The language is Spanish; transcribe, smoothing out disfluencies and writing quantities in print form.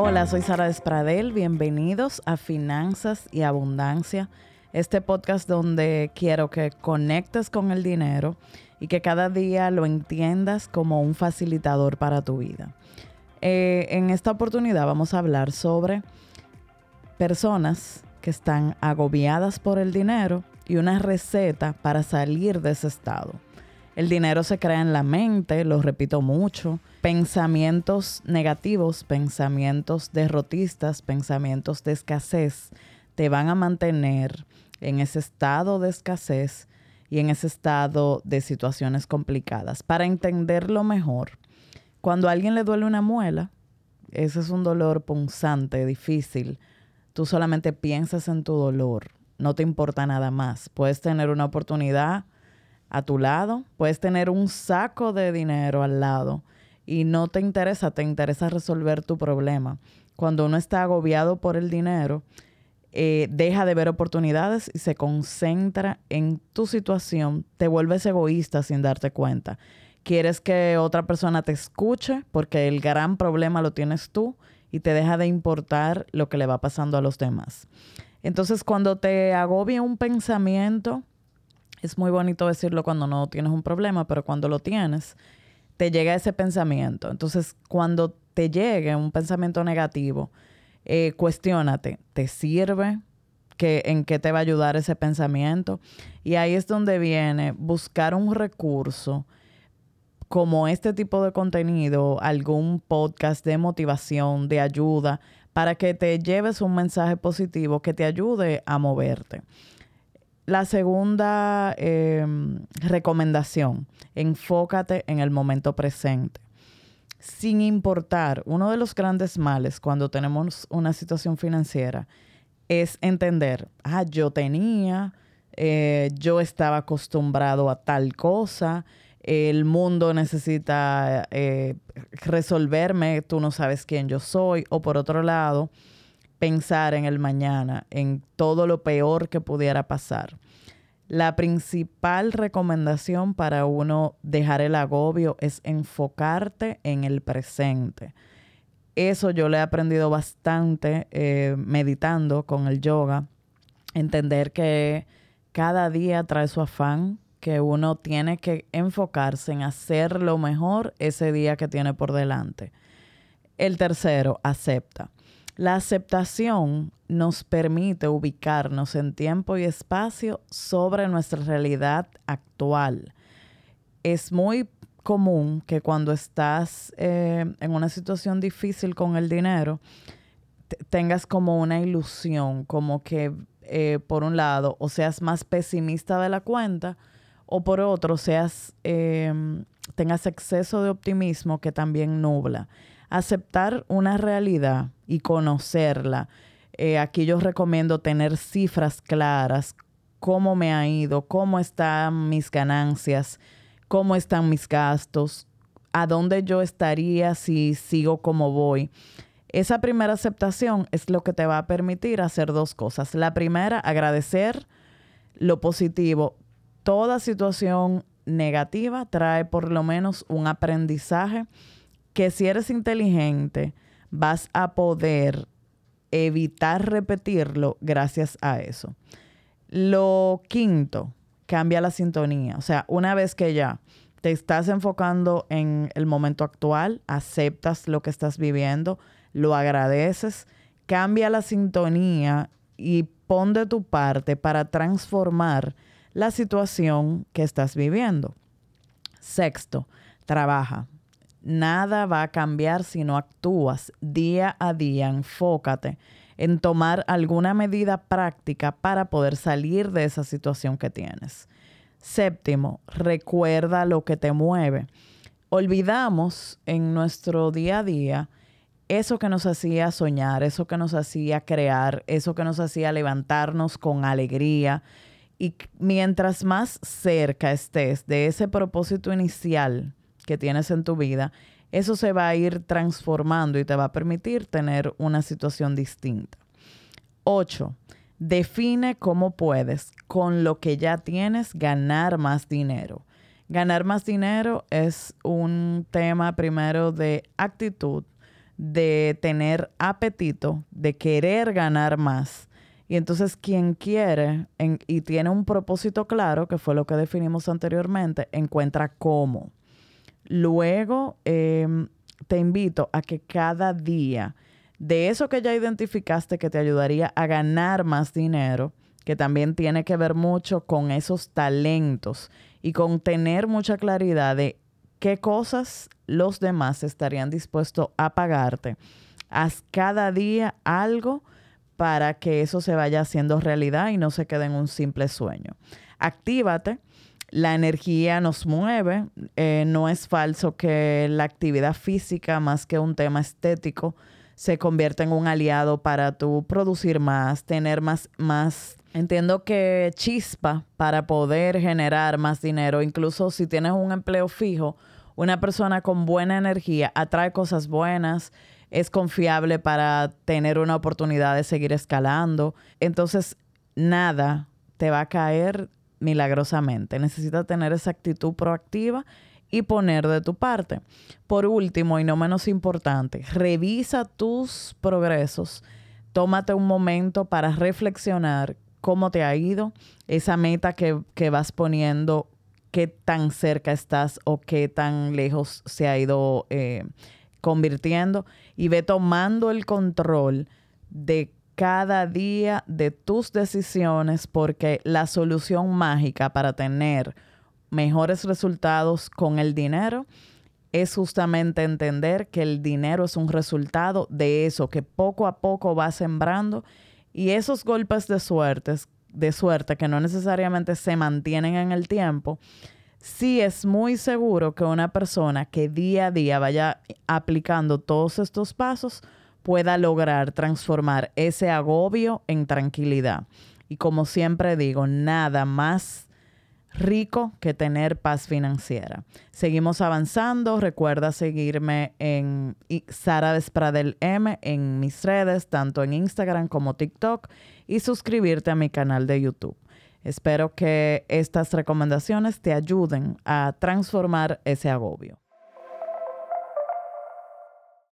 Hola, soy Sara Despradel. Bienvenidos a Finanzas y Abundancia, este podcast donde quiero que conectes con el dinero y que cada día lo entiendas como un facilitador para tu vida. En esta oportunidad vamos a hablar sobre personas que están agobiadas por el dinero y una receta para salir de ese estado. El dinero se crea en la mente, lo repito mucho. Pensamientos negativos, pensamientos derrotistas, pensamientos de escasez te van a mantener en ese estado de escasez y en ese estado de situaciones complicadas. Para entenderlo mejor, cuando a alguien le duele una muela, ese es un dolor punzante, difícil. Tú solamente piensas en tu dolor, no te importa nada más. Puedes tener una oportunidad a tu lado, puedes tener un saco de dinero al lado y no te interesa resolver tu problema. Cuando uno está agobiado por el dinero, deja de ver oportunidades y se concentra en tu situación, te vuelves egoísta sin darte cuenta. Quieres que otra persona te escuche porque el gran problema lo tienes tú y te deja de importar lo que le va pasando a los demás. Entonces, cuando te agobia un pensamiento, es muy bonito decirlo cuando no tienes un problema, pero cuando lo tienes, te llega ese pensamiento. Entonces, cuando te llegue un pensamiento negativo, cuestiónate, ¿te sirve? ¿En qué te va a ayudar ese pensamiento? Y ahí es donde viene buscar un recurso como este tipo de contenido, algún podcast de motivación, de ayuda, para que te lleves un mensaje positivo que te ayude a moverte. La segunda recomendación, enfócate en el momento presente. Sin importar, uno de los grandes males cuando tenemos una situación financiera es entender, yo estaba acostumbrado a tal cosa, el mundo necesita resolverme, tú no sabes quién yo soy, o por otro lado, pensar en el mañana, en todo lo peor que pudiera pasar. La principal recomendación para uno dejar el agobio es enfocarte en el presente. Eso yo le he aprendido bastante meditando con el yoga. Entender que cada día trae su afán, que uno tiene que enfocarse en hacer lo mejor ese día que tiene por delante. El tercero, acepta. La aceptación nos permite ubicarnos en tiempo y espacio sobre nuestra realidad actual. Es muy común que cuando estás en una situación difícil con el dinero, tengas como una ilusión, como que por un lado o seas más pesimista de la cuenta o por otro tengas exceso de optimismo que también nubla. Aceptar una realidad y conocerla. Aquí yo recomiendo tener cifras claras, cómo me ha ido, cómo están mis ganancias, cómo están mis gastos, a dónde yo estaría si sigo como voy. Esa primera aceptación es lo que te va a permitir hacer dos cosas. La primera, agradecer lo positivo. Toda situación negativa trae por lo menos un aprendizaje que si eres inteligente vas a poder evitar repetirlo gracias a eso. Lo quinto, cambia la sintonía. O sea, una vez que ya te estás enfocando en el momento actual, aceptas lo que estás viviendo, lo agradeces, cambia la sintonía y pon de tu parte para transformar la situación que estás viviendo. Sexto, trabaja. Nada va a cambiar si no actúas día a día. Enfócate en tomar alguna medida práctica para poder salir de esa situación que tienes. Séptimo, recuerda lo que te mueve. Olvidamos en nuestro día a día eso que nos hacía soñar, eso que nos hacía crear, eso que nos hacía levantarnos con alegría. Y mientras más cerca estés de ese propósito inicial que tienes en tu vida, eso se va a ir transformando y te va a permitir tener una situación distinta. 8. Define cómo puedes, con lo que ya tienes, ganar más dinero. Ganar más dinero es un tema primero de actitud, de tener apetito, de querer ganar más. Y entonces quien quiere y tiene un propósito claro, que fue lo que definimos anteriormente, encuentra cómo. Luego, te invito a que cada día de eso que ya identificaste que te ayudaría a ganar más dinero, que también tiene que ver mucho con esos talentos y con tener mucha claridad de qué cosas los demás estarían dispuestos a pagarte. Haz cada día algo para que eso se vaya haciendo realidad y no se quede en un simple sueño. Actívate. La energía nos mueve. No es falso que la actividad física, más que un tema estético, se convierte en un aliado para tú producir más, tener más, entiendo que chispa para poder generar más dinero. Incluso si tienes un empleo fijo, una persona con buena energía atrae cosas buenas, es confiable para tener una oportunidad de seguir escalando. Entonces, nada te va a caer milagrosamente. Necesitas tener esa actitud proactiva y poner de tu parte. Por último, y no menos importante, revisa tus progresos. Tómate un momento para reflexionar cómo te ha ido, esa meta que vas poniendo, qué tan cerca estás o qué tan lejos se ha ido convirtiendo, y ve tomando el control de cada día de tus decisiones, porque la solución mágica para tener mejores resultados con el dinero es justamente entender que el dinero es un resultado de eso que poco a poco va sembrando, y esos golpes de suerte que no necesariamente se mantienen en el tiempo. Sí es muy seguro que una persona que día a día vaya aplicando todos estos pasos pueda lograr transformar ese agobio en tranquilidad. Y como siempre digo, nada más rico que tener paz financiera. Seguimos avanzando. Recuerda seguirme en Sara Despradel M en mis redes, tanto en Instagram como TikTok, y suscribirte a mi canal de YouTube. Espero que estas recomendaciones te ayuden a transformar ese agobio.